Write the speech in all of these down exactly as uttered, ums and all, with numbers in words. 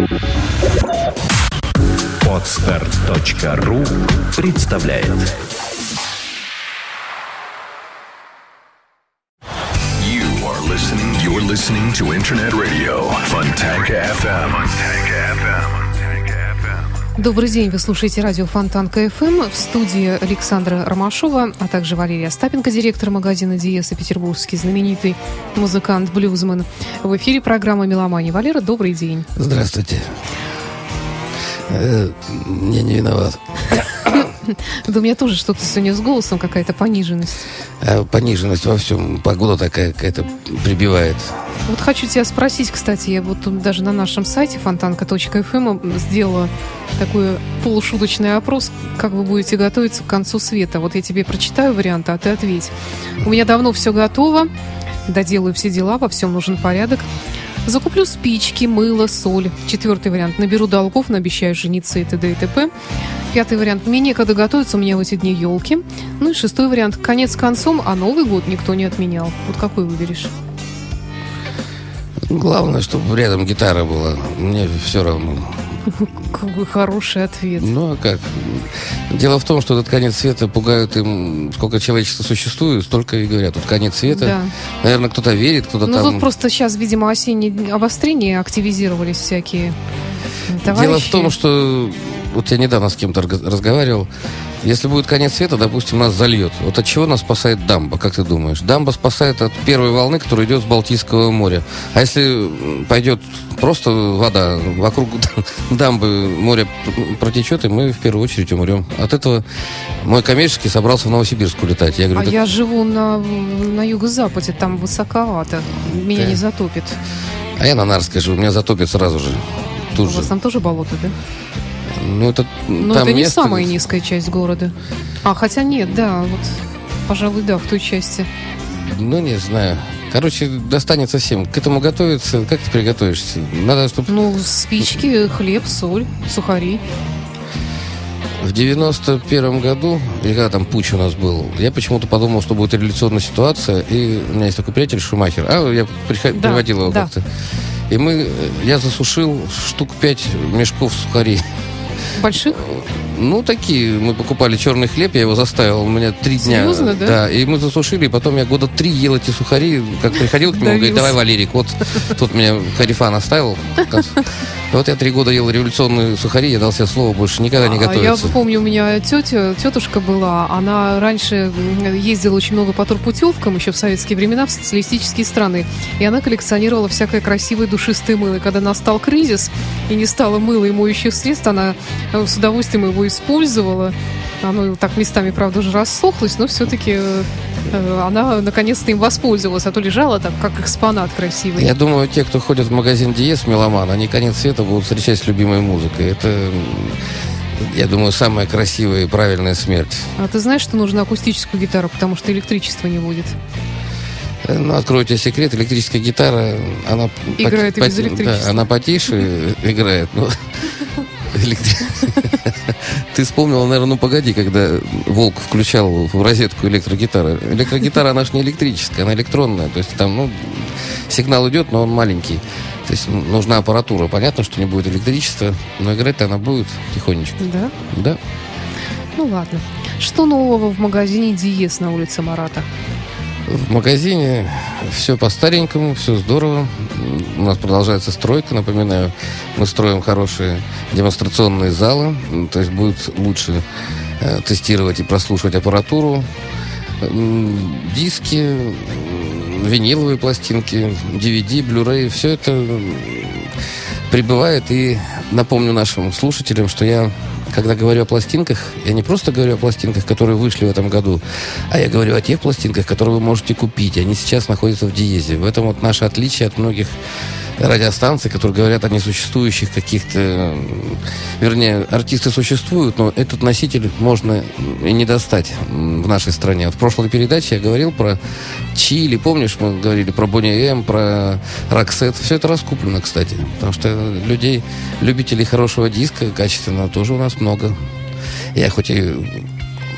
Подстер точка ру представляет. You are listening, you're listening to Internet Radio Фонтанка эф эм. Добрый день, вы слушаете радио Фонтанка эф эм. В студии Александра Ромашова, а также Валерия Остапенко, директор магазина Диез и петербургский знаменитый музыкант-блюзмен. В эфире программа «Меломания». Валера, добрый день. Здравствуйте. Э, я не виноват. Да у меня тоже что-то сегодня с голосом, какая-то пониженность. А пониженность во всем. Погода такая какая-то прибивает. Вот хочу тебя спросить, кстати, я вот тут даже на нашем сайте фонтанка точка эф эм сделала такой полушуточный опрос, как вы будете готовиться к концу света. Вот я тебе прочитаю варианты, а ты ответь. У меня давно все готово, доделаю все дела, во всем нужен порядок. Закуплю спички, мыло, соль. Четвертый вариант. Наберу долгов, наобещаю жениться и т.д. и т.п. Пятый вариант. Мне некогда готовиться, у меня в эти дни елки. Ну и шестой вариант. Конец концом, а Новый год никто не отменял. Вот какой выберешь? Главное, чтобы рядом гитара была. Мне все равно. Какой хороший ответ. Ну, а как? Дело в том, что этот конец света пугают им, сколько человечества существует, столько и говорят. Тут конец света. Да. Наверное, кто-то верит, кто-то ну, там... Ну, тут просто сейчас, видимо, осенние обострения активизировались всякие товарищи. Дело в том, что... Вот я недавно с кем-то разговаривал. Если будет конец света, допустим, нас зальет. Вот от чего нас спасает дамба, как ты думаешь? Дамба спасает от первой волны, которая идет с Балтийского моря. А если пойдет просто вода, вокруг дамбы море протечет, и мы в первую очередь умрем. От этого мой коммерческий собрался в Новосибирск улетать. Я говорю, а так... я живу на, на юго-западе, там высоковато. Меня да. не затопит. А я на Нарской живу, меня затопит сразу же. Тут У же. вас там тоже болото, да? Ну, это, Но там это не место... самая низкая часть города. А, хотя нет, да, вот, пожалуй, да, в той части. Ну, не знаю. Короче, достанется всем. К этому готовиться. Как ты приготовишься? Надо, чтобы... Ну, спички, хлеб, соль, сухари. В девяносто первом году, или когда там путч у нас был, я почему-то подумал, что будет революционная ситуация. И у меня есть такой приятель Шумахер. А, я приход... да, приводил его да. как-то. И мы... Я засушил штук пять мешков сухарей. Больших? Ну, такие. Мы покупали черный хлеб, я его заставил. У меня три дня. Серьезно, да? Да. И мы засушили, и потом я года три ел эти сухари. Как приходил к нему, говорит, давай, Валерик, вот тут меня Карифан оставил. Вот я три года ел революционные сухари, я дал себе слово больше никогда не готовиться. Я помню, у меня тетя, тетушка была, она раньше ездила очень много по турпутевкам, еще в советские времена, в социалистические страны. И она коллекционировала всякое красивое душистое мыло. И когда настал кризис, и не стало мыла и моющих средств, она с удовольствием его использовала. Оно так местами, правда, уже рассохлось, но все-таки э, она наконец-то им воспользовалась, а то лежала так, как экспонат красивый. Я думаю, те, кто ходит в магазин Диез, меломан, они конец света будут встречать с любимой музыкой. Это, я думаю, самая красивая и правильная смерть. А ты знаешь, что нужна акустическая гитара, потому что электричества не будет? Ну, открою тебе секрет, электрическая гитара, она... Играет пот... и без электричества. Да, она потише играет, но... Ты вспомнил, наверное, ну погоди, когда Волк включал в розетку электрогитары. Электрогитара, она же не электрическая, она электронная. То есть там, ну, сигнал идет, но он маленький. То есть нужна аппаратура. Понятно, что не будет электричества, но играть-то она будет тихонечко. Да? Да. Ну ладно. Что нового в магазине Диез на улице Марата? В магазине все по-старенькому, все здорово. У нас продолжается стройка, напоминаю. Мы строим хорошие демонстрационные залы. То есть будет лучше э, тестировать и прослушивать аппаратуру. Диски, виниловые пластинки, ди ви ди, Blu-ray. Все это прибывает. И напомню нашим слушателям, что я... Когда говорю о пластинках, я не просто говорю о пластинках, которые вышли в этом году, а я говорю о тех пластинках, которые вы можете купить. Они сейчас находятся в Диезе. В этом вот наше отличие от многих радиостанций, которые говорят о несуществующих каких-то... Вернее, артисты существуют, но этот носитель можно и не достать в нашей стране. Вот в прошлой передаче я говорил про Чили, помнишь, мы говорили про Бонни Эм, про Роксет. Все это раскуплено, кстати. Потому что людей, любителей хорошего диска, качественного, тоже у нас много. Я хоть и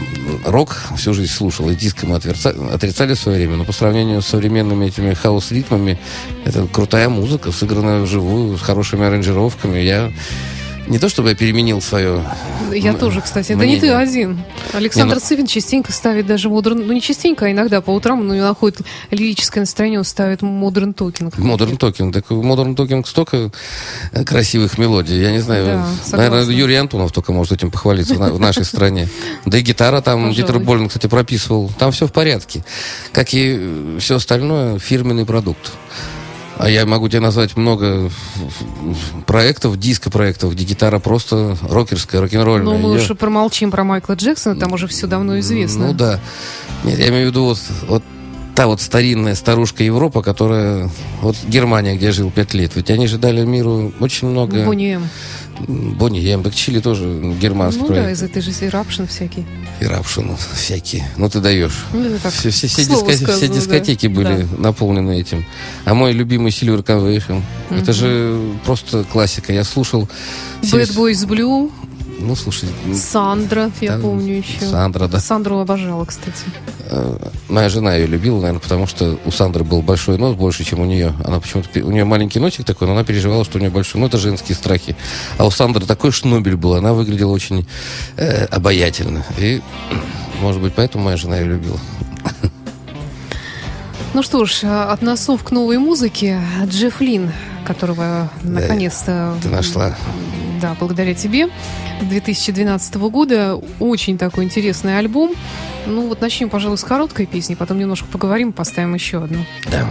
рок всю жизнь слушал, и диско мы отрицали в свое время, но по сравнению с современными этими хаус-ритмами, это крутая музыка, сыгранная вживую, с хорошими аранжировками. Я не то чтобы я переменил свое Я м- тоже, кстати. Это не ты один. Александр не, ну... Цывин частенько ставит даже модерн... Ну, не частенько, а иногда по утрам, но находит лирическое настроение, он ставит модерн токинг. Модерн токинг. Так модерн токинг столько красивых мелодий. Я не знаю. Да, наверное, Юрий Антонов только может этим похвалиться в нашей стране. Да и гитара там Дитер Болин, кстати, прописывал. Там все в порядке. Как и все остальное, фирменный продукт. А я могу тебе назвать много проектов, диско-проектов, где гитара просто рокерская, рок-н-ролльная. Ну, мы я... уже промолчим про Майкла Джексона, там уже все давно известно. Ну да. Нет, я имею в виду вот, вот та вот старинная старушка Европа, которая... Вот Германия, где я жил пять лет. Ведь они же дали миру очень много... Бонни Эм. Бонни Эм, так Чили тоже германский ну, проект. Ну да, из этой же Eruption всякие. Eruption всякие. Ну ты даешь. Ну, так, все все, все, диска... сказано, все дискотеки да. были да. наполнены этим. А мой любимый Silver Convention. Mm-hmm. Это же просто классика. Я слушал... Bad Boys Blue. Ну, слушай... Сандра, я там, помню еще. Сандра, да. Сандру обожала, кстати. Моя жена ее любила, наверное, потому что у Сандры был большой нос, больше, чем у нее. Она почему-то... У нее маленький носик такой, но она переживала, что у нее большой. Ну, это женские страхи. А у Сандры такой шнобель был. Она выглядела очень э, обаятельно. И, может быть, поэтому моя жена ее любила. Ну что ж, от носов к новой музыке. Джефф Лин, которого да, наконец-то... Ты нашла. Да, благодаря тебе. две тысячи двенадцатого года. Очень такой интересный альбом. Ну вот начнем, пожалуй, с короткой песни, потом немножко поговорим, поставим еще одну. Да.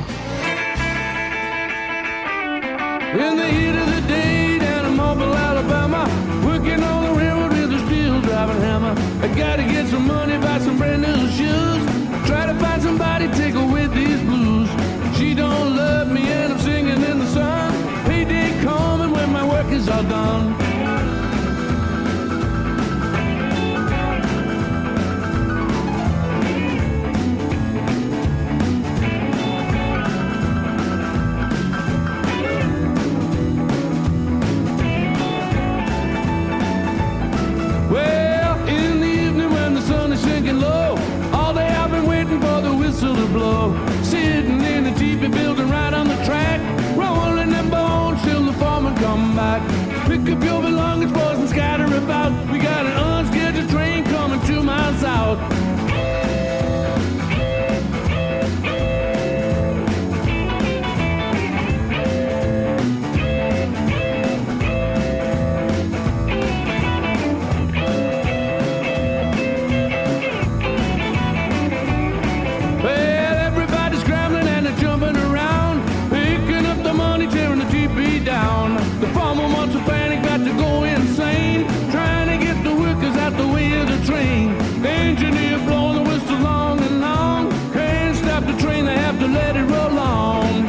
Pick up your belongings, boys, and scatter about. We got an unscheduled train coming two miles out. Well, everybody's scrambling and they're jumping around, picking up the money, tearing the T V down. The farmer wants a panic, got to go insane, trying to get the workers out the way of the train. The engineer blowing the whistle long and long, can't stop the train, they have to let it roll on.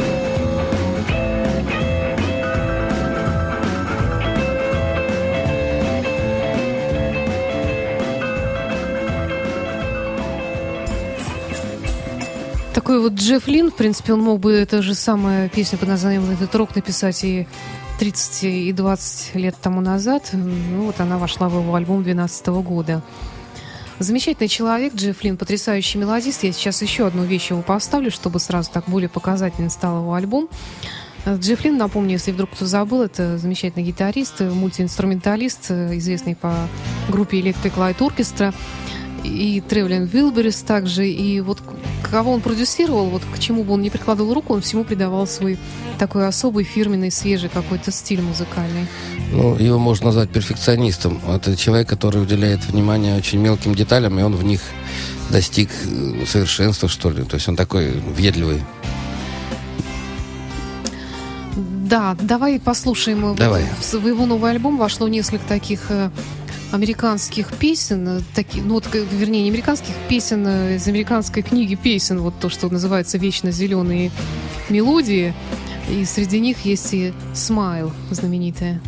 Такой вот Джефф Лин, в принципе, он мог бы эту же самую песню под названием «Этот рок» написать и тридцать и двадцать лет тому назад. Ну, вот она вошла в его альбом две тысячи двенадцатого года. Замечательный человек Джефф Лин, потрясающий мелодист. Я сейчас еще одну вещь его поставлю, чтобы сразу так более показательно стал его альбом. Джефф Лин, напомню, если вдруг кто забыл, это замечательный гитарист, мультиинструменталист, известный по группе Electric Light Orchestra, и Traveling Wilburys также. И вот кого он продюсировал, вот к чему бы он ни прикладывал руку, он всему придавал свой такой особый, фирменный, свежий какой-то стиль музыкальный. Ну, его можно назвать перфекционистом. Это человек, который уделяет внимание очень мелким деталям, и он в них достиг совершенства, что ли. То есть он такой въедливый. Да, давай послушаем. Давай. В его новый альбом вошло несколько таких американских песен, таки, ну вот, вернее, не американских песен, из американской книги песен, вот то, что называется «Вечно зеленые мелодии», и среди них есть и «Smile» знаменитая.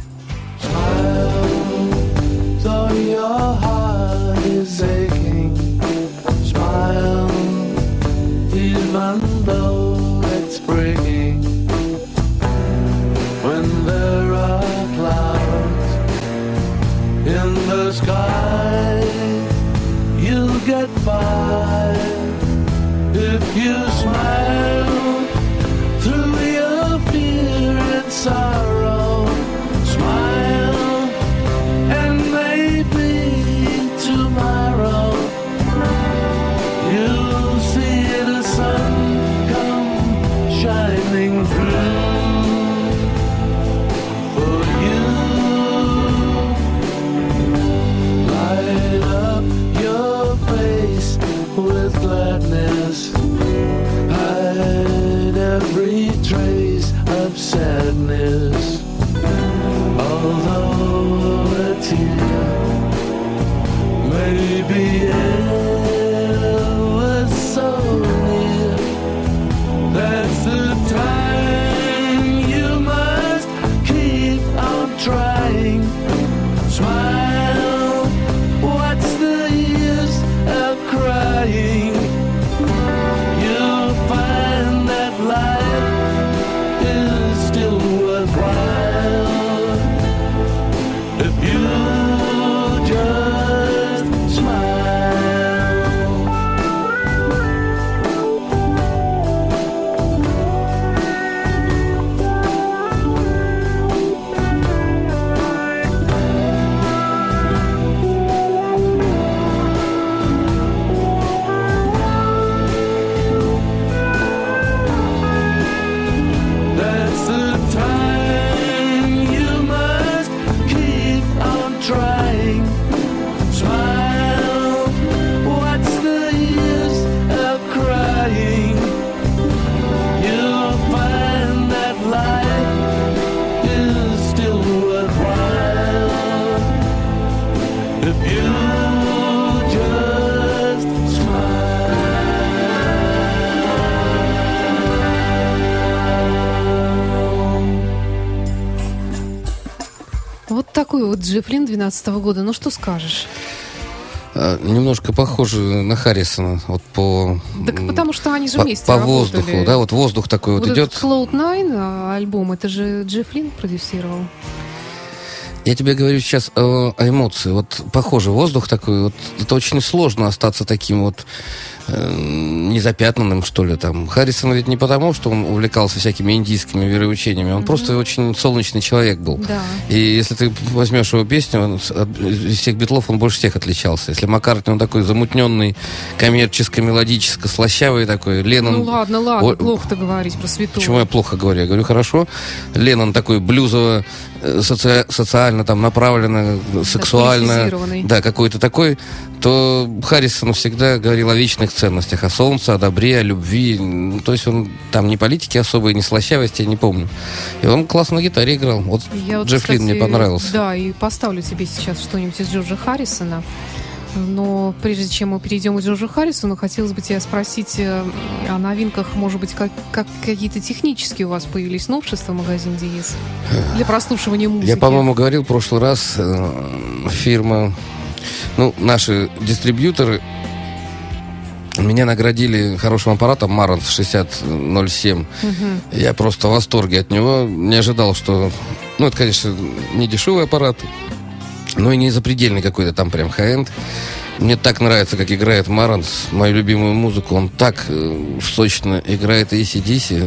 In the sky, you Вот такой вот Джефф Линн двенадцатого года. Ну, что скажешь? А, немножко похоже на Харрисона. Вот по... Так потому что они же по, вместе по работали. воздуху, да, вот воздух такой вот, вот идет. Этот Cloud Nine альбом, это же Джефф Линн продюсировал. Я тебе говорю сейчас о, о эмоции. Вот похоже, воздух такой. Вот это очень сложно остаться таким вот э, незапятнанным, что ли. Там. Харрисон ведь не потому, что он увлекался всякими индийскими вероучениями. Он mm-hmm. просто очень солнечный человек был. Да. И если ты возьмешь его песню, он, от, из всех битлов он больше всех отличался. Если Маккартни, он такой замутненный, коммерческо-мелодическо, слащавый такой. Леннон... Ну ладно, ладно, О... плохо-то говорить про святого. Почему я плохо говорю? Я говорю хорошо. Леннон такой блюзово, соци... социально там направленно, да, сексуально, да, какой-то такой, то Харрисон всегда говорил о вечных ценностях, о солнце, о добре, о любви. То есть он там ни политики особой, ни слащавости, я не помню. И он классно на гитаре играл. Вот я Джефф Линн мне понравился. Да, и поставлю тебе сейчас что-нибудь из Джорджа Харрисона. Но прежде чем мы перейдем к Джорджу Харрисону, хотелось бы тебя спросить о новинках, может быть, как, как какие-то технические у вас появились новшества в магазине Диез для прослушивания музыки? Я, по-моему, говорил в прошлый раз, фирма, ну, наши дистрибьюторы меня наградили хорошим аппаратом Marantz шестьдесят ноль семь. Угу. Я просто в восторге от него. Не ожидал, что... Ну, это, конечно, не дешевый аппарат, но и не запредельный какой-то там прям хай-энд. Мне так нравится, как играет Marantz, мою любимую музыку. Он так э, сочно играет эй си ди си.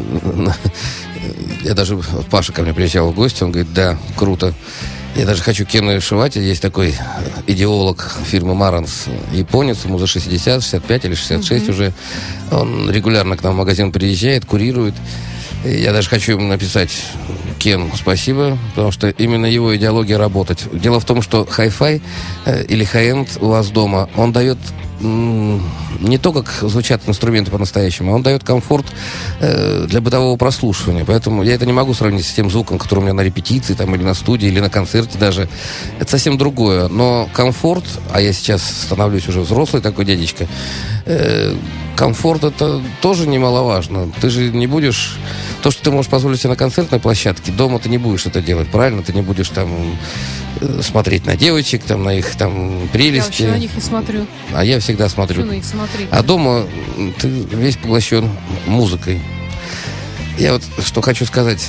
Я даже... Паша ко мне приезжал в гости, он говорит, да, круто. Я даже хочу Кена Шивати, есть такой идеолог фирмы Marantz, японец, ему за шестьдесят, шестьдесят пять или шестьдесят шесть mm-hmm. уже. Он регулярно к нам в магазин приезжает, курирует. И я даже хочу ему написать: Кен, спасибо, потому что именно его идеология работать. Дело в том, что хай-фай э, или хай-энд у вас дома, он дает м- не то, как звучат инструменты по-настоящему, а он дает комфорт э, для бытового прослушивания. Поэтому я это не могу сравнить с тем звуком, который у меня на репетиции, там, или на студии, или на концерте даже. Это совсем другое. Но комфорт, а я сейчас становлюсь уже взрослый такой дядечка, э, комфорт — это тоже немаловажно. Ты же не будешь... То, что ты можешь позволить себе на концертной площадке, дома ты не будешь это делать, правильно? Ты не будешь там смотреть на девочек, там, на их там прелести. Я вообще на них не смотрю. А я всегда смотрю. Что на них смотреть? А дома ты весь поглощен музыкой. Я вот что хочу сказать.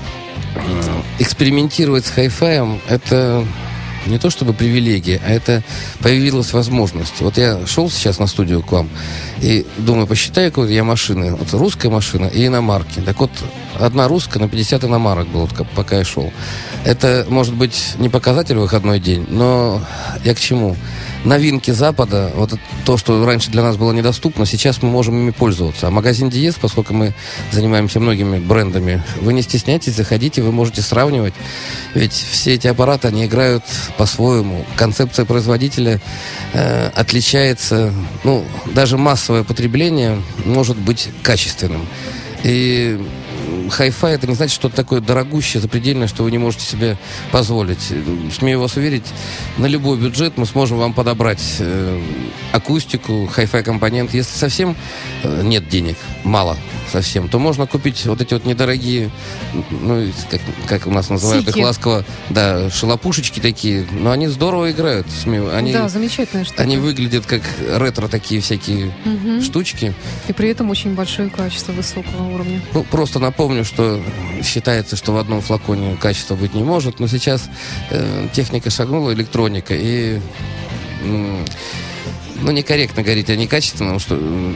Экспериментировать с хай-фаем — это... не то чтобы привилегия, а это появилась возможность. Вот я шел сейчас на студию к вам и думаю, посчитаю, какой я машины. Вот русская машина и иномарки. Так вот, одна русская на пятьдесят иномарок была, вот, пока я шел. Это, может быть, не показатель в выходной день, но я к чему? Новинки Запада, вот то, что раньше для нас было недоступно, сейчас мы можем ими пользоваться. А магазин Диез, поскольку мы занимаемся многими брендами, вы не стесняйтесь, заходите, вы можете сравнивать. Ведь все эти аппараты, они играют по-своему. Концепция производителя э, отличается. Ну, даже массовое потребление может быть качественным. И хай-фай — это не значит что-то такое дорогущее, запредельное, что вы не можете себе позволить. Смею вас уверить, на любой бюджет мы сможем вам подобрать э, акустику, хай-фай компонент. Если совсем э, нет денег, мало совсем, то можно купить вот эти вот недорогие, ну, как, как у нас называют Сики. их ласково, да, шалопушечки такие, но они здорово играют. Смею. Они, да, замечательная штука. Они выглядят как ретро такие всякие угу. штучки. И при этом очень большое качество высокого уровня. Ну, просто напомню, что считается, что в одном флаконе качества быть не может, но сейчас э, техника шагнула, электроника, и э, ну, некорректно говорить о некачественном, что э,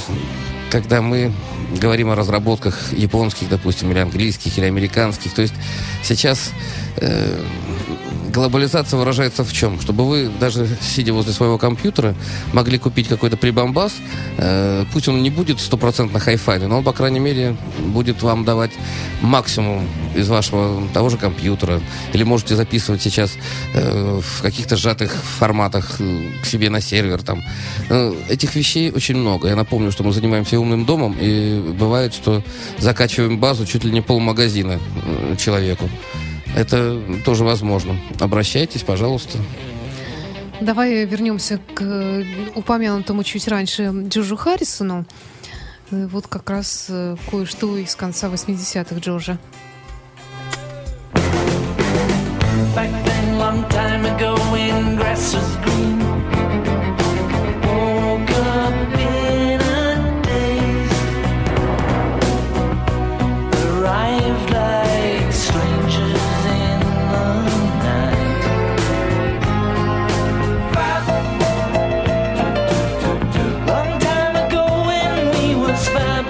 когда мы говорим о разработках японских, допустим, или английских, или американских, то есть сейчас э, глобализация выражается в чем? Чтобы вы, даже сидя возле своего компьютера, могли купить какой-то прибамбас, э, пусть он не будет стопроцентно хай-файный, но он, по крайней мере, будет вам давать максимум из вашего того же компьютера. Или можете записывать сейчас э, в каких-то сжатых форматах э, к себе на сервер. Там. Э, этих вещей очень много. Я напомню, что мы занимаемся умным домом, и бывает, что закачиваем базу чуть ли не полмагазина э, человеку. Это тоже возможно. Обращайтесь, пожалуйста. Давай вернемся к упомянутому чуть раньше Джорджу Харрисону. Вот как раз кое-что из конца восьмидесятых Джорджа. back then, long time ago when grass was green. Woke up in a daze, arrived like strangers in the night. Long time ago when we was fab.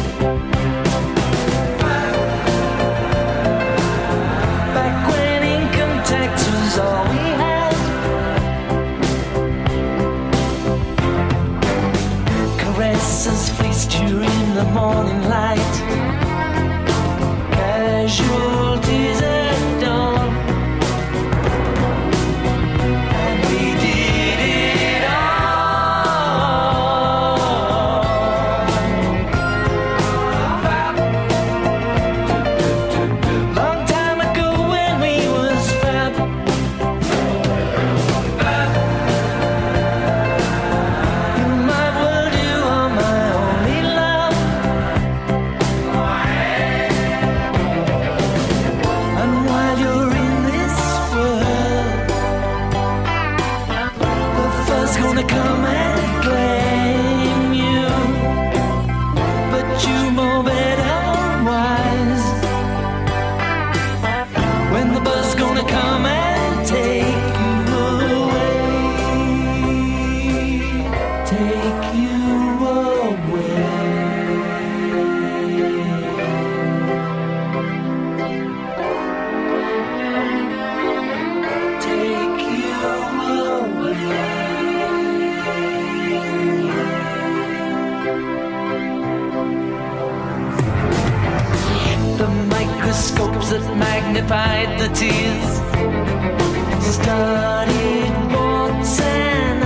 Back when income tax was all we had. Caresses fleeced you in the morning light. Casualties at dawn. And we did it all. Long time ago when we was fab. You might well do all my only love. And while you're in this world, the first gonna come and claim you. But you know better wise. When the bus gonna come and take you away, take you away. Take you away. The microscopes that magnified the tears studied Watson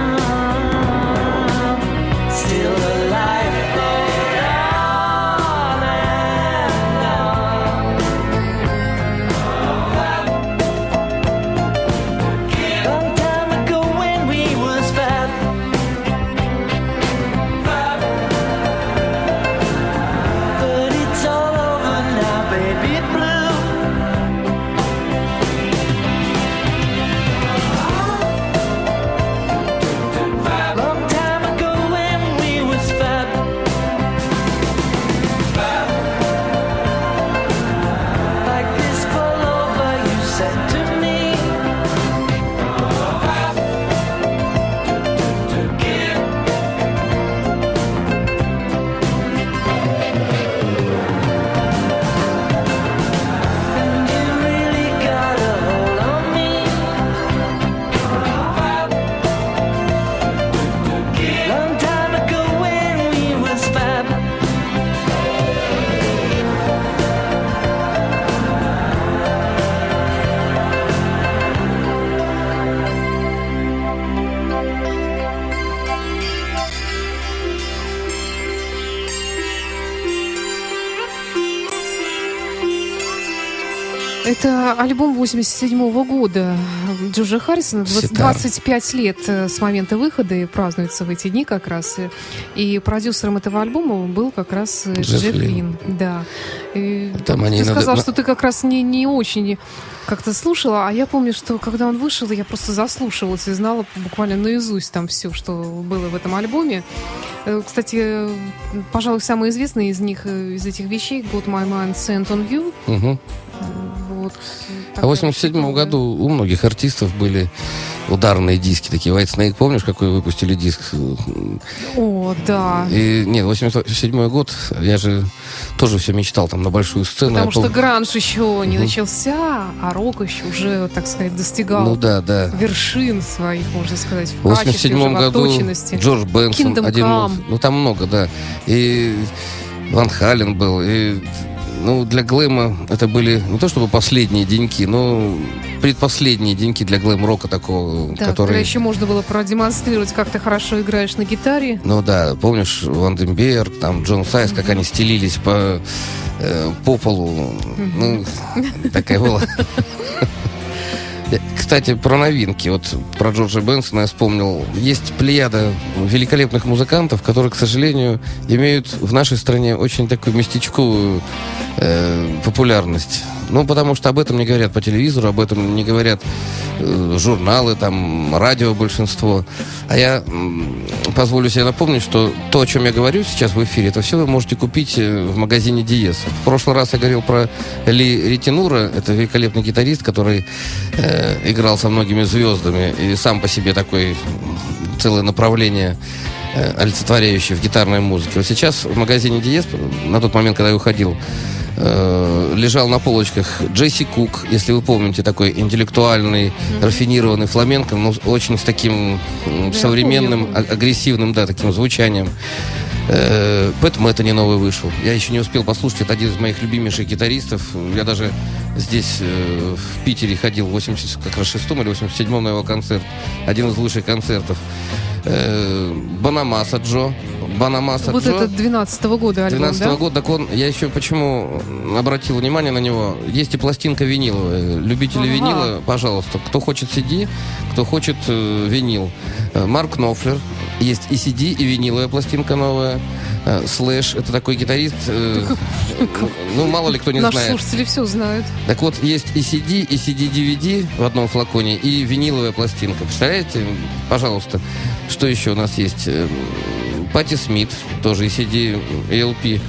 up. Still alive, but on and on. Long time ago when we was fab. But it's all over now, baby blue. Long time ago when we was fab. Like this fall over, you said to me. And you really got a hold on me. Long time ago when we was fab. Это альбом восемьдесят седьмого года Джорджа Харрисона. Ситар. двадцать пять лет э, с момента выхода, и празднуется в эти дни как раз. И продюсером этого альбома был как раз э, Джефф Джефф Лин. Лин. Да. И Там они ты иногда- сказал, на- что ты как раз не, не очень как-то слушала, а я помню, что когда он вышел, я просто заслушивалась и знала буквально наизусть там все, что было в этом альбоме. Э, Кстати, э, пожалуй, самый известный из них, э, из этих вещей, Got My Mind Sent on You. Мгм. Вот. А в восемьдесят седьмом году у многих артистов были ударные диски такие. White Snake, помнишь, какой выпустили диск? О, да. И нет, восемьдесят седьмой год, я же тоже все мечтал там на большую сцену. Потому Я что пом- гранж еще не Мгм. начался, а рок еще уже, так сказать, достигал Ну да, да. вершин своих, можно сказать, в В восемьдесят качестве, седьмом году животоченности. Джордж Бенсон, Kingdom один, Come. ну там много, да. И Ван Хален был, и ну, для глэма это были не то чтобы последние деньки, но предпоследние деньки для глэм-рока такого, Да, когда который... еще можно было продемонстрировать, как ты хорошо играешь на гитаре. Ну да, помнишь, Ванденберг, там Джон Сайс, как они стелились по, э, по полу. Ну, такая была. Кстати, про новинки. Вот про Джорджа Бенсона я вспомнил. Есть плеяда великолепных музыкантов, которые, к сожалению, имеют в нашей стране очень такую местечковую э, популярность. Ну, потому что об этом не говорят по телевизору, об этом не говорят э, журналы, там, радио большинство. А я м, позволю себе напомнить, что то, о чем я говорю сейчас в эфире, это все вы можете купить в магазине Диез. В прошлый раз я говорил про Ли Ретинура. Это великолепный гитарист, который э, играл со многими звездами и сам по себе такой целое направление э, олицетворяющее в гитарной музыке. Вот сейчас в магазине Диез, на тот момент, когда я уходил, э, лежал на полочках Джесси Кук, если вы помните, такой интеллектуальный, mm-hmm. рафинированный фламенко, но очень с таким м, современным, а- агрессивным, да, таким звучанием. Э, Пэт Мэттани новый вышел. Я еще не успел послушать. Это один из моих любимейших гитаристов. Я даже здесь, э, в Питере, ходил в восемьдесят шестом или восемьдесят седьмом на его концерт. Один из лучших концертов. Э, Бонамасса Джо. Бонамасса Вот Джо. это двенадцатого года альбом, двенадцатого да? года, так он, я еще почему обратил внимание на него, есть и пластинка виниловая. Любители Ага. винила, пожалуйста, кто хочет си ди, кто хочет э, винил. Э, Марк Knopfler, есть и си ди, и виниловая пластинка новая. Э, Слэш, это такой гитарист, э, ну, мало ли кто не Наши знает. слушатели все знают. Так вот, есть и си ди, и си ди-ди ви ди в одном флаконе, и виниловая пластинка. Представляете? Пожалуйста. Что еще у нас есть? Э, Патти Смит, тоже и си ди, и эл пи.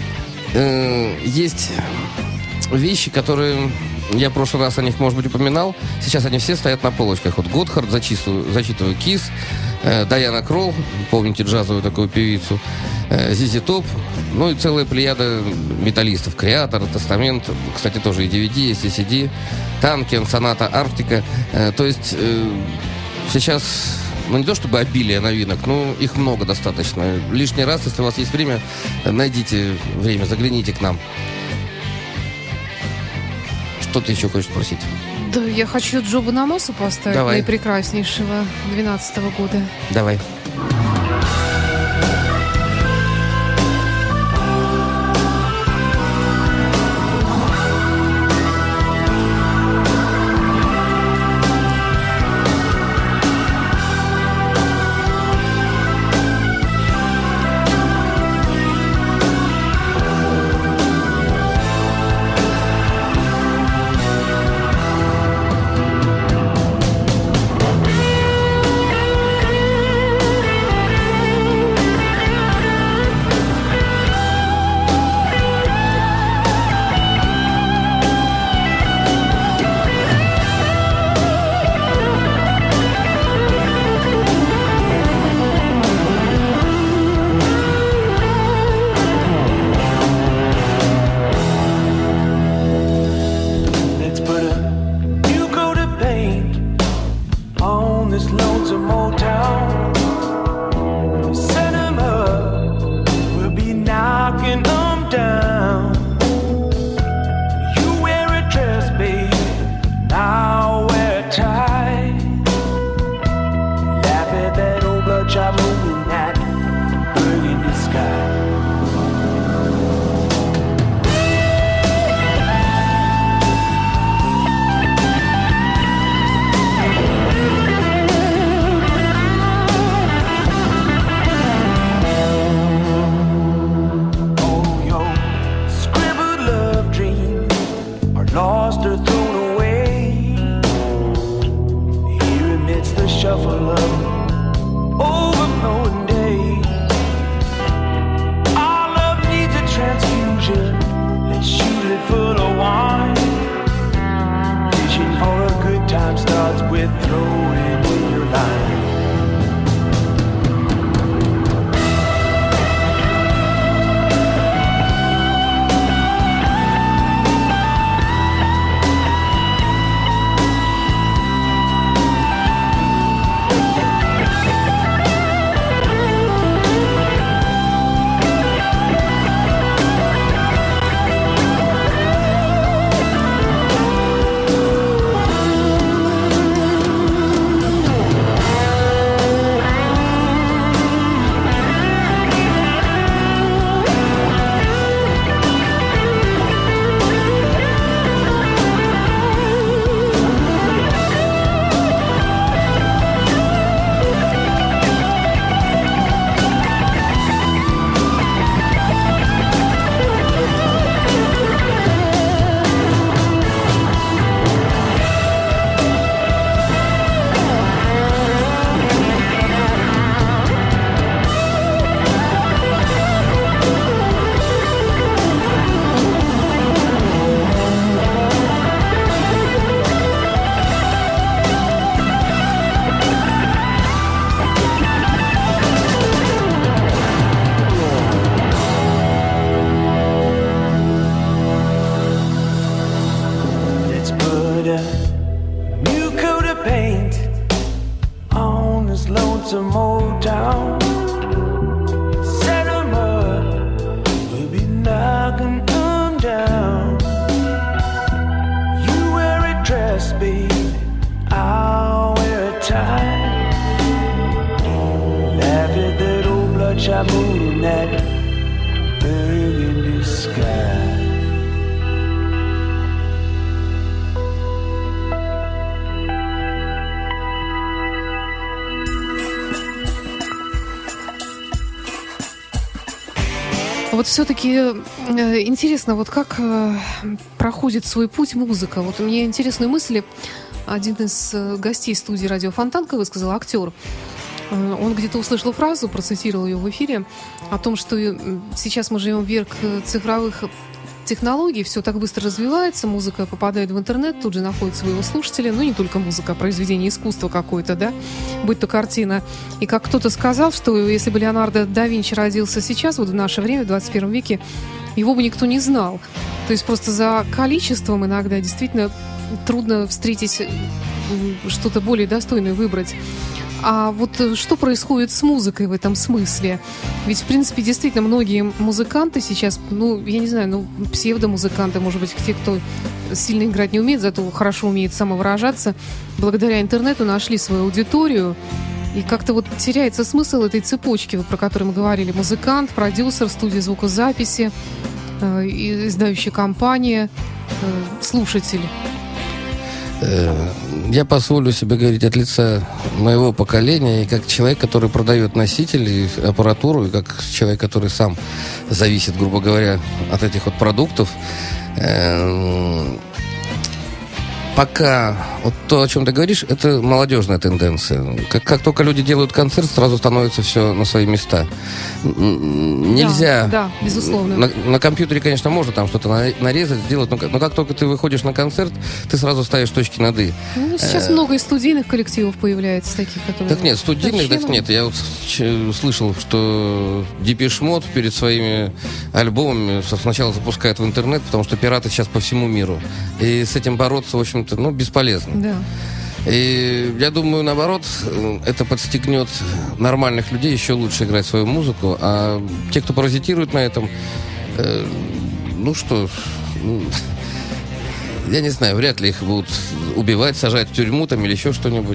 Э, есть вещи, которые я в прошлый раз о них, может быть, упоминал. Сейчас они все стоят на полочках. Вот Готхард, зачитываю, зачитываю Кис, э, Дайана Кролл, помните джазовую такую певицу, э, Зизи Топ, ну и целая плеяда металлистов. Креатор, Тестамент, кстати, тоже и ди ви ди, есть и си ди, Танкен, Соната Арктика. Э, то есть э, сейчас... Ну, не то чтобы обилие новинок, но их много достаточно. Лишний раз, если у вас есть время, найдите время, загляните к нам. Что ты еще хочешь спросить? Да, я хочу Джо Бонамассу поставить, Давай. наипрекраснейшего двенадцатого года. Давай. some Motown. Set 'em up, we'll be knocking them down. You wear a dress, baby, I'll wear a tie. Laugh at that old bloodshot moon in that burgundy sky. Вот все-таки э, интересно, вот как э, проходит свой путь музыка. Вот мне интересные мысли один из э, гостей студии «Радио Фонтанка» высказал, актер. Э, он где-то услышал фразу, процитировал ее в эфире, о том, что э, сейчас мы живем в век цифровых технологий, все так быстро развивается, музыка попадает в интернет, тут же находит своего слушателя, ну не только музыка, а произведение искусства какое-то, да, будь то картина. И как кто-то сказал, что если бы Леонардо да Винчи родился сейчас, вот в наше время, в двадцать первом веке, его бы никто не знал. То есть просто за количеством иногда действительно трудно встретить что-то более достойное, выбрать. А вот что происходит с музыкой в этом смысле? Ведь, в принципе, действительно, многие музыканты сейчас, ну, я не знаю, ну, псевдомузыканты, может быть, те, кто сильно играть не умеет, зато хорошо умеет самовыражаться, благодаря интернету нашли свою аудиторию. И как-то вот теряется смысл этой цепочки, вот, про которую мы говорили. Музыкант, продюсер, студия звукозаписи, э, издающая компания, э, слушатель. Я позволю себе говорить от лица моего поколения, и как человек, который продает носители, аппаратуру, и как человек, который сам зависит, грубо говоря, от этих вот продуктов. Пока вот то, о чем ты говоришь, это молодежная тенденция. Как, как только люди делают концерт, сразу становится все на свои места. Нельзя... Да, да, безусловно. На, на компьютере, конечно, можно там что-то нарезать, сделать, но, но как только ты выходишь на концерт, ты сразу ставишь точки над «и». Ну, сейчас э- много и студийных коллективов появляется, таких, которые... Так нет, студийных, так нет. Я вот слышал, что Депеш Мод перед своими альбомами сначала запускают в интернет, потому что пираты сейчас по всему миру. И с этим бороться, в общем, ну, бесполезно. Да. И я думаю, наоборот, это подстегнет нормальных людей еще лучше играть свою музыку. А те, кто паразитирует на этом, э, ну что, ну, я не знаю, вряд ли их будут убивать, сажать в тюрьму там или еще что-нибудь.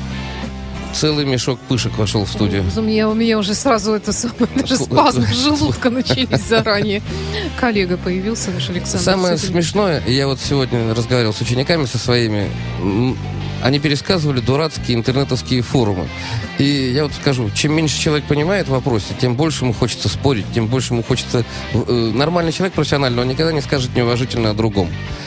Целый мешок пышек вошел в студию. У меня, у меня уже сразу это самое, даже спазмы желудка начались заранее. Коллега появился, наш Александр. Самое смешное, я вот сегодня разговаривал с учениками со своими, они пересказывали дурацкие интернетовские форумы. И я вот скажу, чем меньше человек понимает в вопросе, тем больше ему хочется спорить, тем больше ему хочется... Нормальный человек, профессиональный, он никогда не скажет неуважительно о другом.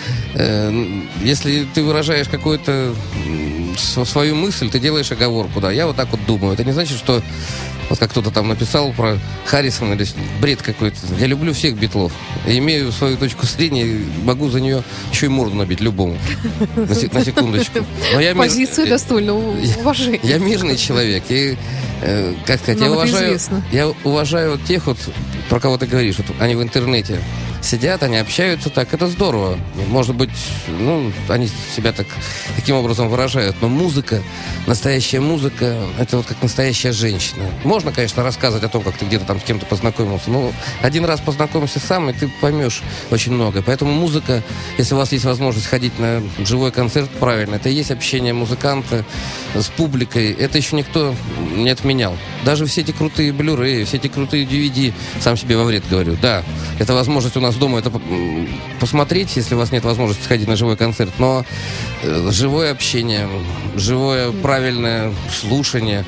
Если ты выражаешь какую-то свою мысль, ты делаешь оговорку, да. Я вот так вот думаю. Это не значит, что вот как кто-то там написал про Харрисона или бред какой-то. Я люблю всех Битлов. Я имею свою точку зрения, могу за нее еще и морду набить любому. На, на секундочку. Но я Позиция мир... достойна уважения. Я, я мирный человек. И, э, как сказать, я уважаю, я уважаю тех, вот, про кого ты говоришь. Вот, они в интернете сидят, они общаются так, это здорово. Может быть, ну, они себя так, таким образом выражают. Но музыка, настоящая музыка, это вот как настоящая женщина. Можно, конечно, рассказывать о том, как ты где-то там с кем-то познакомился, но один раз познакомишься сам, и ты поймешь очень много. Поэтому музыка, если у вас есть возможность ходить на живой концерт, правильно, это и есть общение музыканта с публикой. Это еще никто не отменял. Даже все эти крутые блюреи, все эти крутые ди ви ди, сам себе во вред говорю. Да, это возможность у нас дома это посмотреть, если у вас нет возможности сходить на живой концерт, но э, живое общение, живое правильное слушание.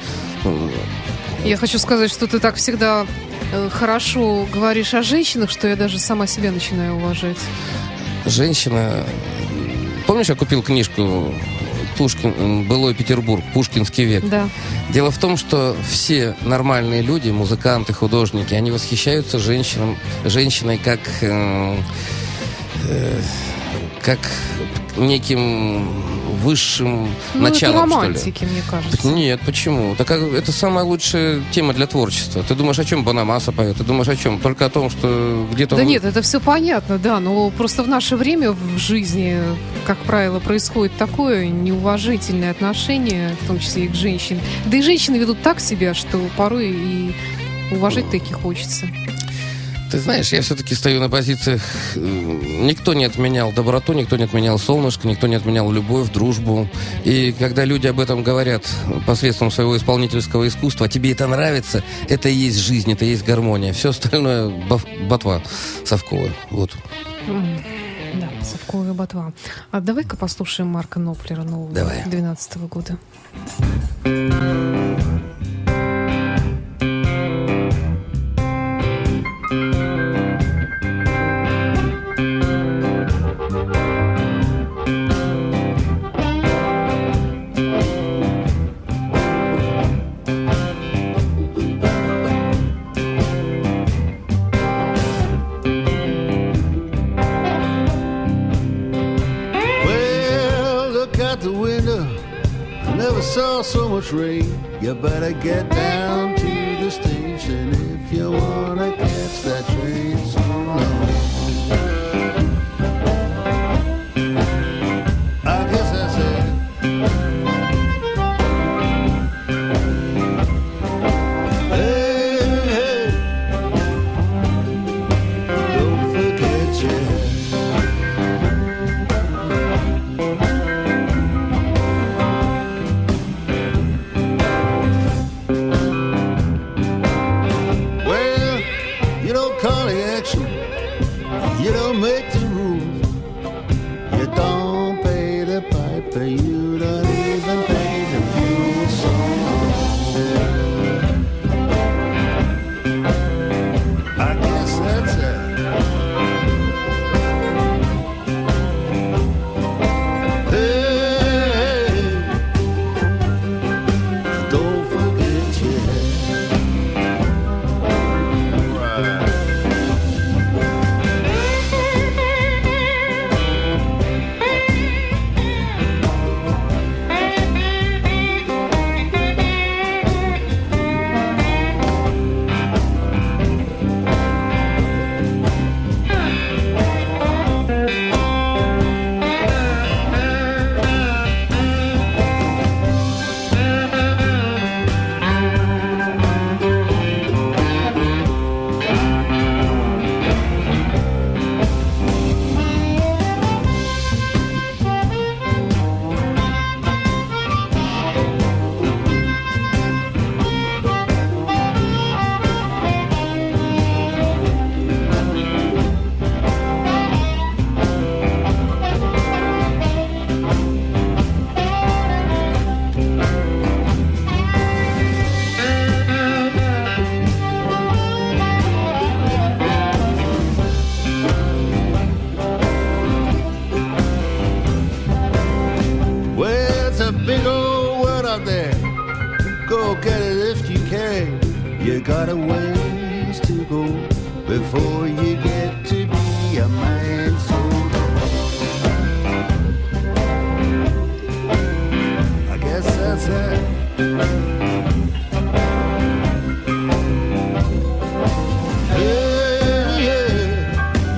Я хочу сказать, что ты так всегда э, хорошо говоришь о женщинах, что я даже сама себя начинаю уважать. Женщина... Помнишь, я купил книжку Пушкин, «Былой Петербург. Пушкинский век». Да. Дело в том, что все нормальные люди, музыканты, художники, они восхищаются женщинам, женщиной как, э, э, как неким высшим Ну, началом, это что ли. романтики, мне кажется. Так нет, почему? Так а, это самая лучшая тема для творчества. Ты думаешь, о чем Бонамасса поет? Ты думаешь, о чем? Только о том, что где-то... Да вы- нет, это все понятно, да, но просто в наше время в жизни, как правило, происходит такое неуважительное отношение, в том числе и к женщинам. Да и женщины ведут так себя, что порой и уважать таки хочется. Ты знаешь, я все-таки стою на позициях. э, Никто не отменял доброту, никто не отменял солнышко, никто не отменял любовь, дружбу. И когда люди об этом говорят посредством своего исполнительского искусства, а тебе это нравится, это и есть жизнь, это и есть гармония. Все остальное бав- ботва совковая. Вот. М, Да, совковая ботва. А давай-ка послушаем Марка Knopfler нового Давай. двенадцатого года. Well, look out the window. I never saw so much rain. You better get down to the station if you wanna catch that train so long. I guess that's it. Hey, hey, don't forget you. Well, you don't call the action. You don't make the rules. You don't pay the piper. You don't even pay the fuel song. I guess that's it. Hey, don't forget you. Right. Well, it's a big old world out there. Go get it if you can. You got a ways to go before you get to be a man so I guess that's it. Hey, yeah.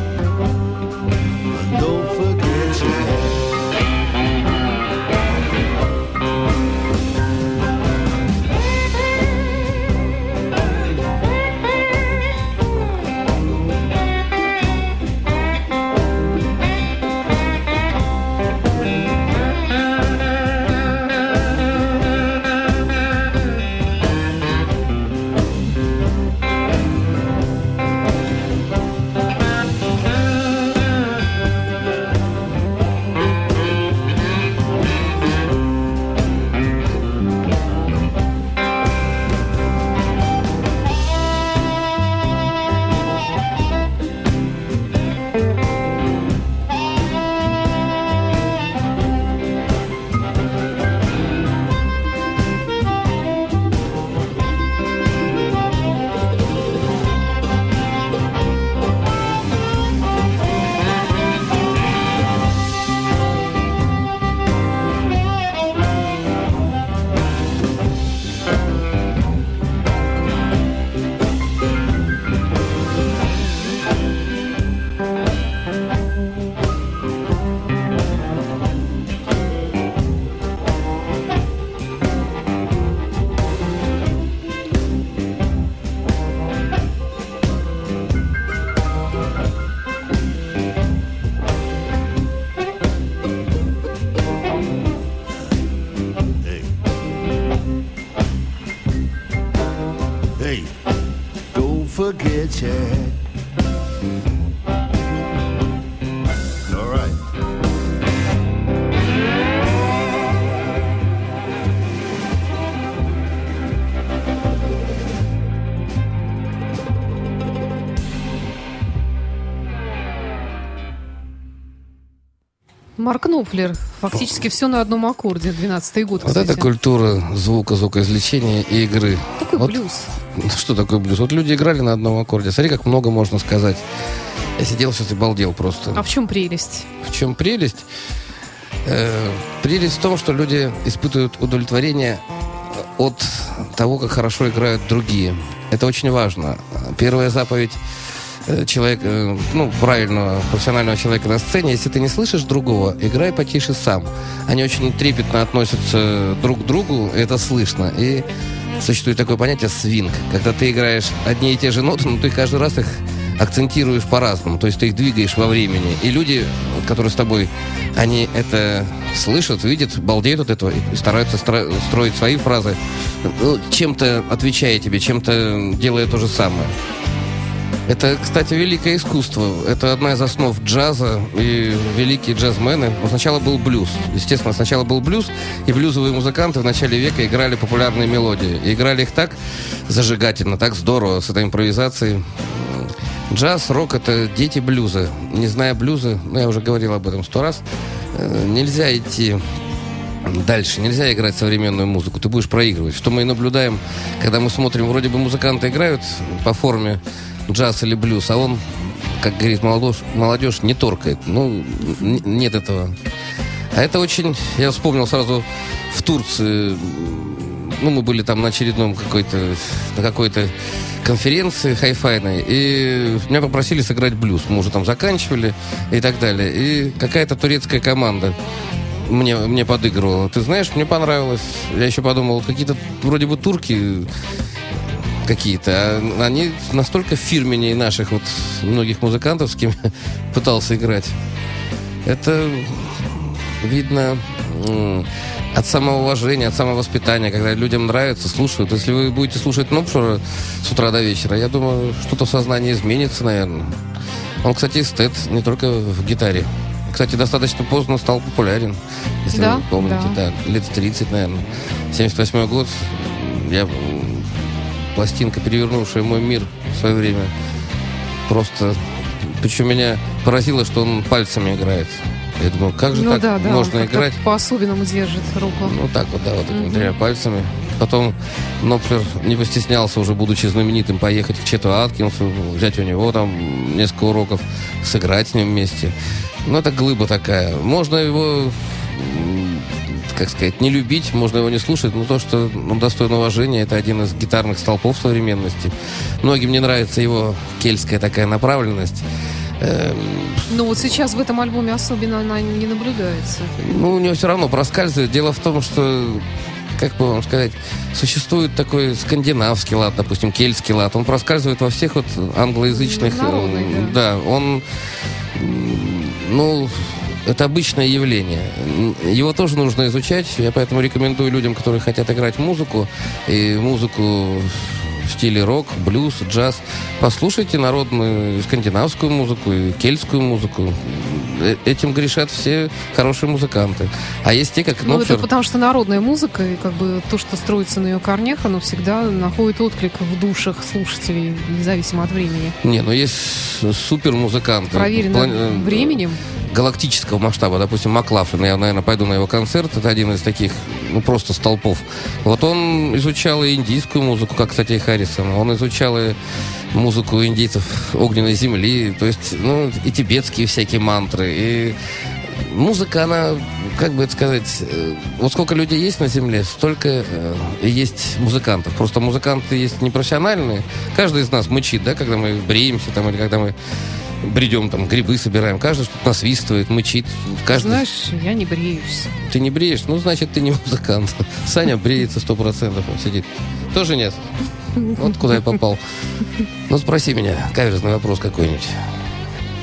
Don't forget you. forget you. All right. Марк Knopfler. Фактически все на одном аккорде. двенадцатый год, Вот кстати. это культура звука, звукоизвлечения и игры. Такой Вот блюз. что такое блюз? Вот люди играли на одном аккорде. Смотри, как много можно сказать. Я сидел сейчас и балдел просто. А в чем прелесть? В чем прелесть? Э, прелесть в том, что люди испытывают удовлетворение от того, как хорошо играют другие. Это очень важно. Первая заповедь э, человека, э, ну, правильного, профессионального человека на сцене: если ты не слышишь другого, играй потише сам. Они очень трепетно относятся друг к другу, и это слышно. И существует такое понятие свинг, когда ты играешь одни и те же ноты, но ты каждый раз их акцентируешь по-разному, то есть ты их двигаешь во времени. И люди, которые с тобой, они это слышат, видят, балдеют от этого и стараются стро- строить свои фразы, ну, чем-то отвечая тебе, чем-то делая то же самое. Это, кстати, великое искусство. Это одна из основ джаза, и великие джазмены. Но сначала был блюз. Естественно, сначала был блюз, и блюзовые музыканты в начале века играли популярные мелодии. И играли их так зажигательно, так здорово, с этой импровизацией. Джаз, рок — это дети блюза. Не зная блюза, ну, я уже говорил об этом сто раз, нельзя идти дальше, нельзя играть современную музыку, ты будешь проигрывать. Что мы и наблюдаем, когда мы смотрим, вроде бы музыканты играют по форме джаз или блюз, а он, как говорит молодежь, молодежь не торкает. Ну, н- нет этого. А это очень... Я вспомнил сразу в Турции. Ну, мы были там на очередном какой-то... На какой-то конференции хай-файной, и меня попросили сыграть блюз. Мы уже там заканчивали и так далее. И какая-то турецкая команда мне, мне подыгрывала. Ты знаешь, мне понравилось. Я еще подумал, какие-то вроде бы турки какие-то, а они настолько фирменнее наших вот многих музыкантов, с кем я пытался играть. Это видно м- от самоуважения, от самовоспитания, когда людям нравится, слушают. Если вы будете слушать Knopfler с утра до вечера, я думаю, что-то в сознании изменится, наверное. Он, кстати, эстет, не только в гитаре. Кстати, достаточно поздно стал популярен, если Да, вы помните. да. Да, лет тридцать, наверное. семьдесят восьмой год. Я... Пластинка, перевернувшая мой мир в свое время. Просто... Причем меня поразило, что он пальцами играет. Я думал, как же Ну так да, да, можно он играть? по-особенному держит руку. Ну так вот, да, вот этими тремя пальцами. Потом Knopfler не постеснялся, уже будучи знаменитым, поехать к Чету Аткинсу, взять у него там несколько уроков, сыграть с ним вместе. Ну, это глыба такая. Можно его, м, как сказать, не любить, можно его не слушать, но то, что он достоин уважения, это один из гитарных столпов современности. Многим не нравится его кельтская такая направленность. Эм, Ну вот сейчас в этом альбоме особенно она не наблюдается. Ну, у него все равно проскальзывает. Дело в том, что, как бы вам сказать, существует такой скандинавский лад, допустим, кельтский лад. Он проскальзывает во всех вот англоязычных... Народный, э, да. Да, он... м, Ну, это обычное явление. Его тоже нужно изучать. Я поэтому рекомендую людям, которые хотят играть музыку, и музыку в стиле рок, блюз, джаз, послушайте народную скандинавскую музыку и кельтскую музыку. Э- Этим грешат все хорошие музыканты. А есть те, как Ну, это Knopfler. потому что народная музыка, и как бы то, что строится на ее корнях, оно всегда находит отклик в душах слушателей, независимо от времени. Не, ну есть супер музыканты. Проверено временем. Галактического масштаба. Допустим, Маклафлин. Я, наверное, пойду на его концерт. Это один из таких, ну, просто столпов. Вот он изучал и индийскую музыку, как, кстати, и Харрисон. Он изучал и музыку индейцев огненной земли. То есть, ну, и тибетские всякие мантры. И музыка, она, как бы это сказать, э, вот сколько людей есть на земле, столько э, и есть музыкантов. Просто музыканты есть непрофессиональные. Каждый из нас мычит, да, когда мы бреемся там, или когда мы бредем, там, грибы собираем. Каждый что-то насвистывает, мычит. Каждый... Знаешь, я не бреюсь. Ты не бреешь? Ну, значит, ты не музыкант. Саня бреется сто процентов, он сидит. Тоже нет? Вот куда я попал. Ну, спроси меня, каверзный вопрос какой-нибудь.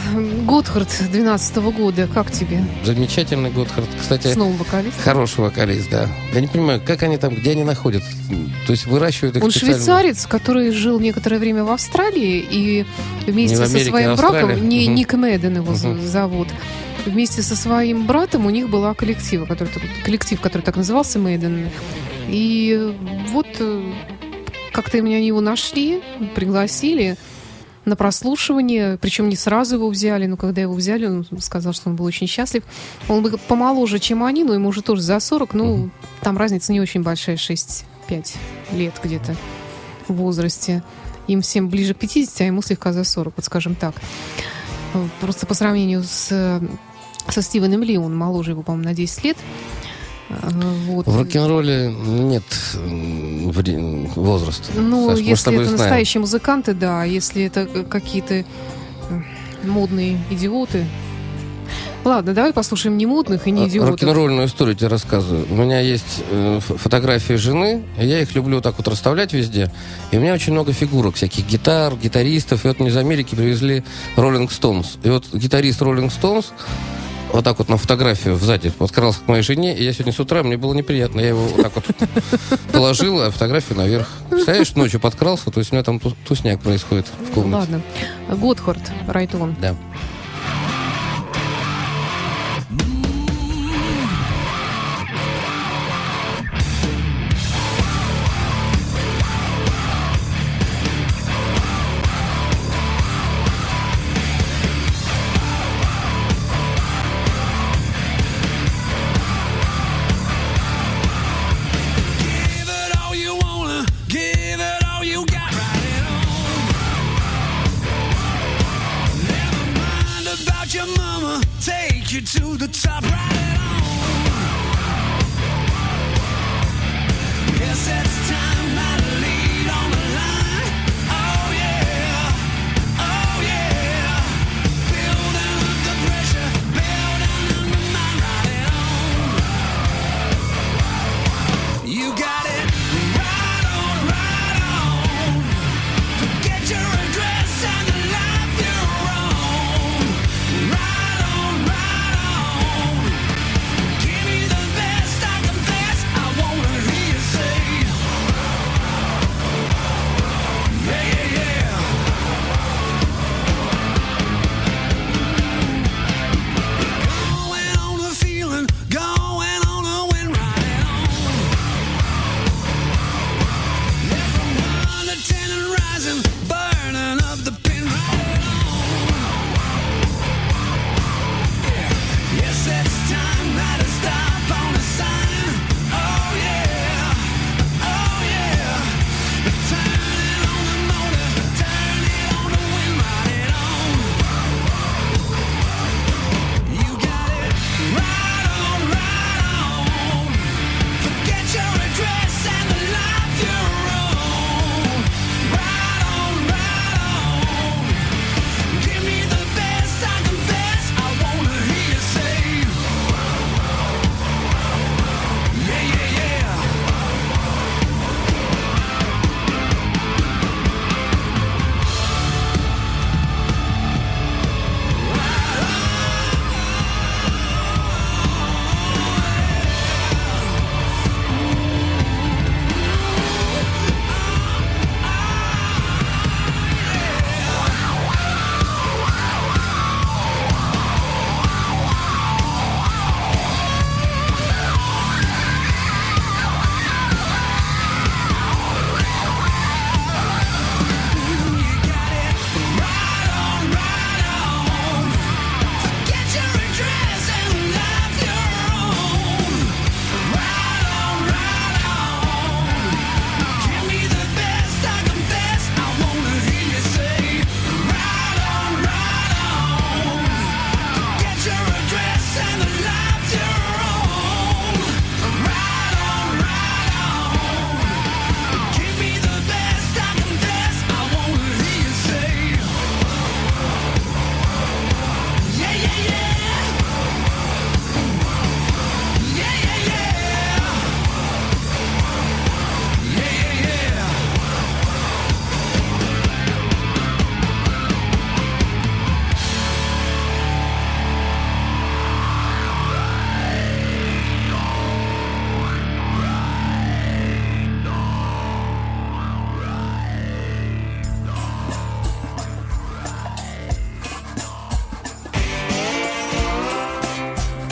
Готхард двенадцатого года, как тебе? Замечательный Готхард. Кстати, С новым вокалистом? хороший вокалист, да. Я не понимаю, как они там, где они находят? То есть выращивают их Он специально? швейцарец, который жил некоторое время в Австралии и вместе Не в со Америке, а своим в братом, Австралии? не, Мгм. Ник Мэдден его Мгм. зовут, вместе со своим братом у них была коллектива, который, коллектив, который так назывался Мэдден. И вот э, как-то они его нашли, пригласили на прослушивание, причем не сразу его взяли, но когда его взяли, он сказал, что он был очень счастлив. Он был помоложе, чем они, но ему уже тоже за сорок, ну, Мгм. там разница не очень большая, шесть-пять лет где-то в возрасте. Им всем ближе к пятидесяти, а ему слегка за сорок, вот скажем так. Просто по сравнению с, со Стивеном Ли, он моложе его, по-моему, на десять лет. Вот. В рок-н-ролле нет м, вре- возраста. Ну, Саш, мы с если тобой это знаем. настоящие музыканты, да. Если это какие-то э, модные идиоты. Ладно, давай послушаем не модных и не А, идиотов. Рок-н-ролльную историю тебе рассказываю. У меня есть э, ф- фотографии жены, и я их люблю так вот расставлять везде. И у меня очень много фигурок, всяких гитар, гитаристов. И вот мне из Америки привезли Rolling Stones. И вот гитарист Rolling Stones вот так вот на фотографию сзади подкрался к моей жене, и я сегодня с утра, мне было неприятно. Я его вот так вот положил, а фотографию наверх. Представляешь, ночью подкрался, то есть у меня там ту- тусняк происходит в комнате. Ладно. Готхард, Right On. Да. Give it all you wanna, give it all you got, right it on. Never mind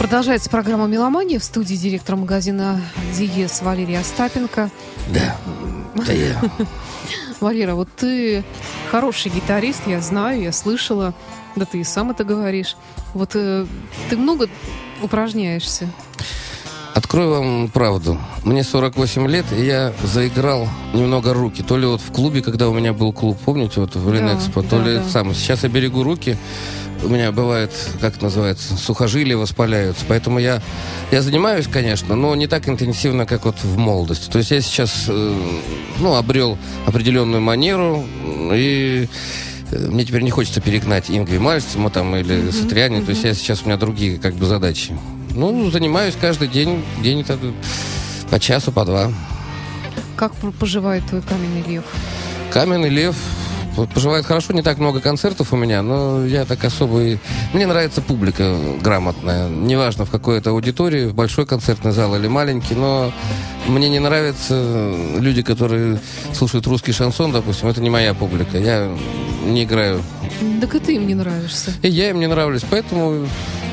Продолжается программа «Меломания». В студии директор магазина «Диез» Валерия Остапенко. Да, это я. Валера, вот ты хороший гитарист, я знаю, я слышала. Да ты и сам это говоришь. Вот э, ты много упражняешься? Открою вам правду. Мне сорок восемь лет, и я заиграл немного руки. То ли вот в клубе, когда у меня был клуб, помните, вот в Ленэкспо, да, то да, ли да. сам. Сейчас я берегу руки. У меня бывает, как это называется, сухожилия воспаляются. Поэтому я, я занимаюсь, конечно, но не так интенсивно, как вот в молодости. То есть я сейчас, э, ну, обрел определенную манеру, и мне теперь не хочется перегнать Ингви Мальцема там или mm-hmm, Сатриани. Mm-hmm. То есть я сейчас, у меня другие как бы задачи. Ну, занимаюсь каждый день, день-то по часу, по два. Как поживает твой каменный лев? Каменный лев поживает хорошо, не так много концертов у меня, но я так особо... И... Мне нравится публика грамотная. Неважно, в какой это аудитории, в большой концертный зал или маленький, но мне не нравятся люди, которые слушают русский шансон, допустим. Это не моя публика. Я не играю. Так и ты им не нравишься. И я им не нравлюсь, поэтому...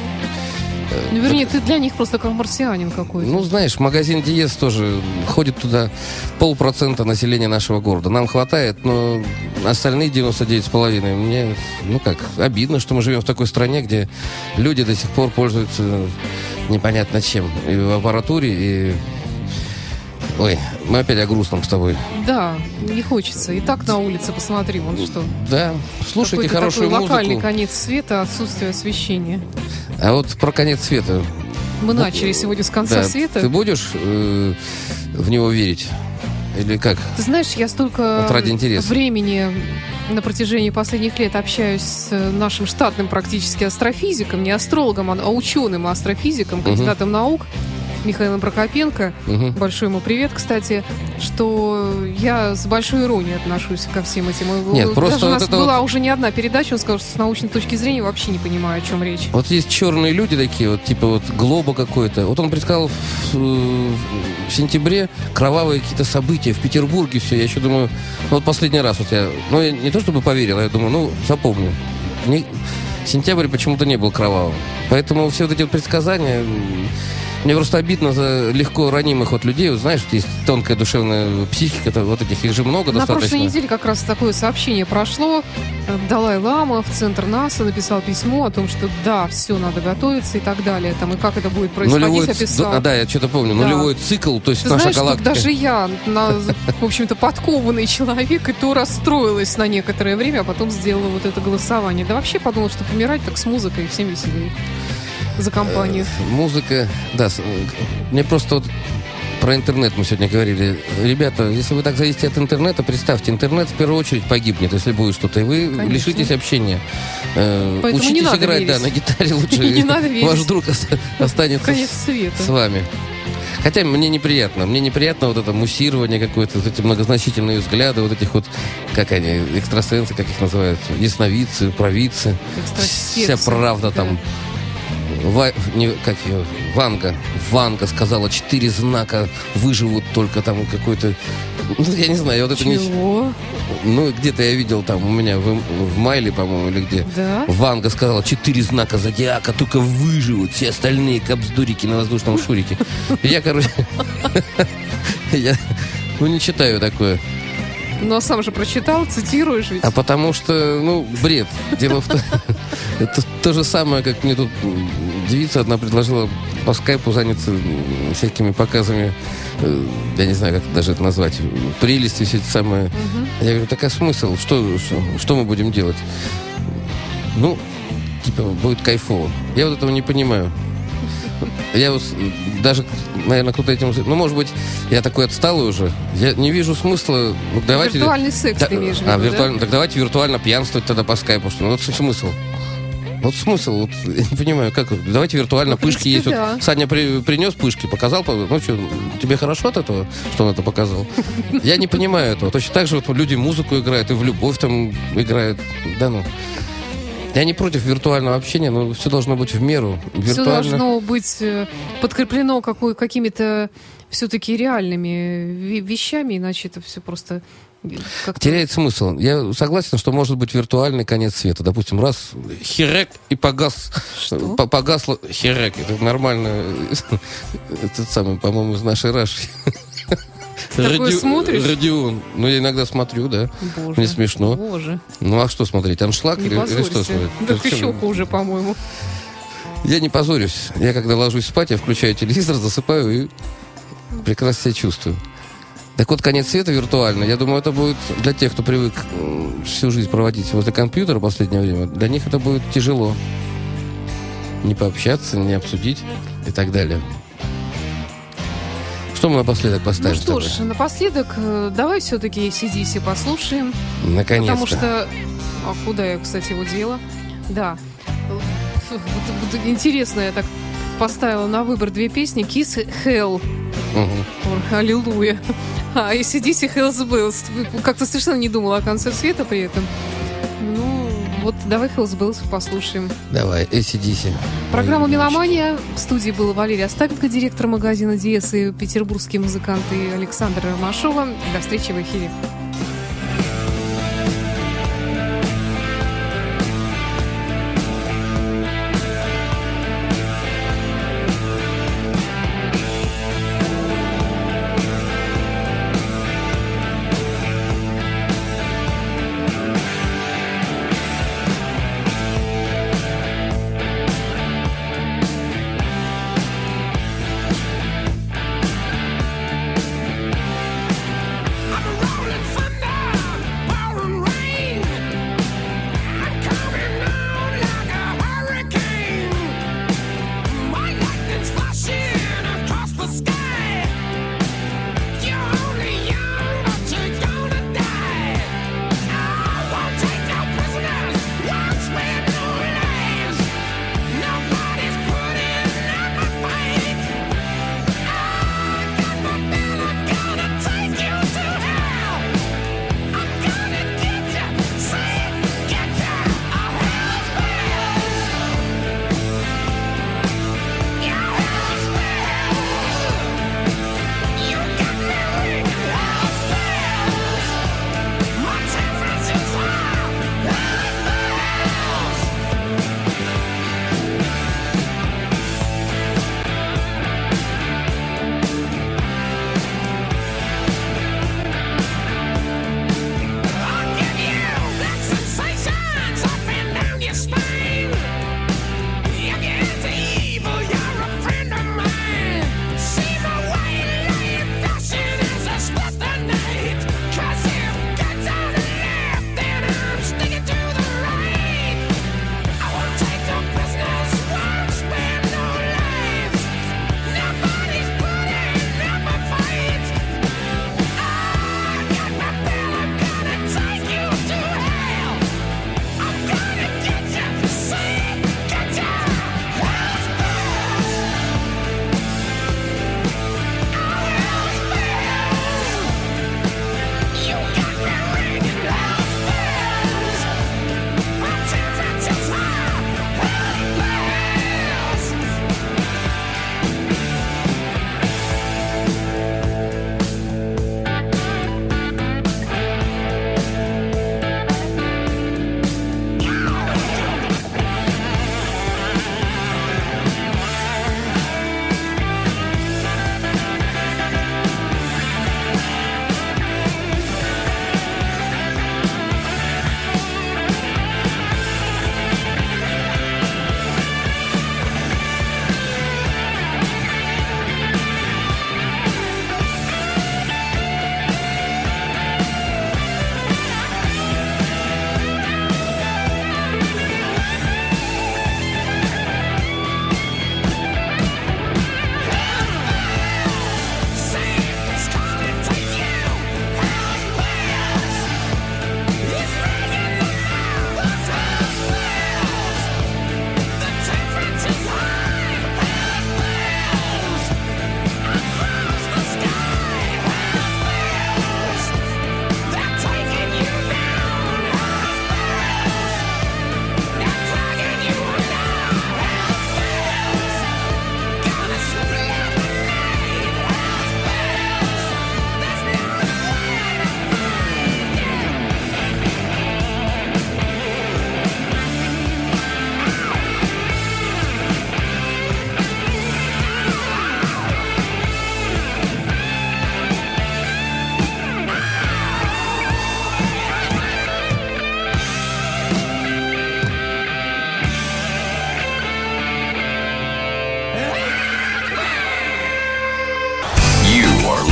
Ну, вернее, ты для них просто как марсианин какой-то. Ну, знаешь, магазин «Диез» тоже ходит туда полпроцента населения нашего города. Нам хватает, но остальные девяносто девять с половиной мне, ну как, обидно, что мы живем в такой стране, где люди до сих пор пользуются непонятно чем. И в аппаратуре, и... Ой, мы опять о грустном с тобой. Да, не хочется. И так на улице посмотри, вон что. Да, слушайте какой-то хорошую такой музыку. Локальный конец света, отсутствие освещения. А вот про конец света. Мы ну, начали сегодня с конца да, света. Ты будешь э, в него верить? Или как? Ты знаешь, я столько вот ради интереса. времени на протяжении последних лет общаюсь с нашим штатным практически астрофизиком, не астрологом, а ученым астрофизиком, кандидатом угу. наук, Михаилом Прокопенко. Угу. Большой ему привет, кстати. Что я с большой иронией отношусь ко всем этим. Нет, просто даже у нас вот это была вот... уже не одна передача, он сказал, что с научной точки зрения вообще не понимаю, о чем речь. Вот есть черные люди такие, вот типа вот Глоба какой-то. Вот он предсказал в, в сентябре кровавые какие-то события в Петербурге, все. Я еще думаю, ну вот последний раз вот я, ну я не то чтобы поверил, я думаю, ну запомню. Не, сентябрь почему-то не был кровавым. Поэтому все вот эти вот предсказания... Мне просто обидно за легко ранимых вот людей. Вот знаешь, есть тонкая душевная психика, вот этих, их же много на достаточно. На прошлой неделе как раз такое сообщение прошло. Далай-лама в центр НАСА написал письмо о том, что да, все, надо готовиться и так далее. Там, и как это будет происходить, нулевой описал. Ц... А, да, я что-то помню. Да. Нулевой цикл, то есть Ты наша знаешь, галактика. Даже я, на, в общем-то, подкованный человек, и то расстроилась на некоторое время, а потом сделала вот это голосование. Да вообще подумала, что помирать так с музыкой и всем веселее. За компанию. Э, музыка, да. Мне просто вот про интернет мы сегодня говорили. Ребята, если вы так зависите от интернета, представьте, интернет в первую очередь погибнет, если будет что-то, и вы Конечно. лишитесь общения. Э, учитесь играть, да, на гитаре лучше. Не надо верить. Ваш друг останется с вами. Хотя мне неприятно. Мне неприятно вот это муссирование какое-то, вот эти многозначительные взгляды, вот этих вот, как они, экстрасенсы, как их называют, ясновидцы, провидцы. Вся правда да. там. Ва, не, как ее, Ванга Ванга сказала, четыре знака выживут только там какой-то... Ну, я не знаю, вот это Чего? не... Ну, где-то я видел там у меня в, в Майле, по-моему, или где. Да? Ванга сказала, четыре знака зодиака только выживут, все остальные капсдурики на воздушном шурике. И я, короче... Я, ну, не читаю такое. Но сам же прочитал, цитируешь ведь. А потому что, ну, бред. Дело в том... Это то же самое, как мне тут девица одна предложила по скайпу заняться всякими показами, я не знаю, как даже это назвать, прелести, все это самое. Угу. Я говорю, так а смысл? Что, что, что мы будем делать? Ну, типа, будет кайфово. Я вот этого не понимаю. Я вот даже, наверное, кто-то этим... Ну, может быть, я такой отсталый уже. Я не вижу смысла... Ну, давайте... Виртуальный секс да, ты имеешь в виду, а, виртуально... да? Так давайте виртуально пьянствовать тогда по скайпу. Что? Ну, вот смысл. Вот смысл, вот, я не понимаю, как... Давайте виртуально ну, пышки есть. Да. Вот Саня при, принес пышки, показал. Ну что, тебе хорошо от этого, что он это показал? Я не понимаю этого. Точно так же вот люди музыку играют, и в любовь там играют. Да ну... Я не против виртуального общения, но все должно быть в меру. Виртуально... Все должно быть подкреплено какой, какими-то все-таки реальными вещами, иначе это все просто Как-то... Теряет смысл. Я согласен, что может быть виртуальный конец света. Допустим, раз, херек, и погас. Что? П- Погасло, херек. Это нормально. Этот самый, по-моему, из нашей Раши. Ты такое смотришь? Родион. Ну, я иногда смотрю, да. Боже. Не смешно. Боже. Ну, а что смотреть? Аншлаг Не или, или что позорься. смотреть? Да Да ты что? щука уже, по-моему. Я не позорюсь. Я когда ложусь спать, я включаю телевизор, засыпаю и прекрасно себя чувствую. Так вот, конец света виртуально. Я думаю, это будет для тех, кто привык м, всю жизнь проводить возле компьютера в последнее время. Для них это будет тяжело. Не пообщаться, не обсудить и так далее. Что мы напоследок поставим? Ну что с ж, тобой? напоследок, э, давай все-таки эй си/ди си послушаем. Наконец-то. Потому что... А куда я, кстати, его дела? Да. Вот, вот интересно, я так поставила на выбор две песни. Kiss Hell. Мгм. Аллилуйя. А эй си/ди си Hell's Bells. Как-то совершенно не думала о конце света при этом. Ну, вот давай Hell's Bells послушаем. Давай, эй си/ди си. Программа Мои любимчики. «Меломания». В студии был Валерий Остапенко, директор магазина «Диэс», и петербургский музыкант и Александр Ромашова. До встречи в эфире. I'm a rolling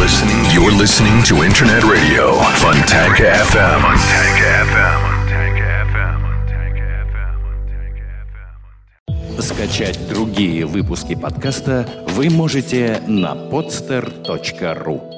listening. You're listening to Internet Radio Fontanka эф эм. Fontanka эф эм. Скачать другие выпуски подкаста вы можете на podster точка ру.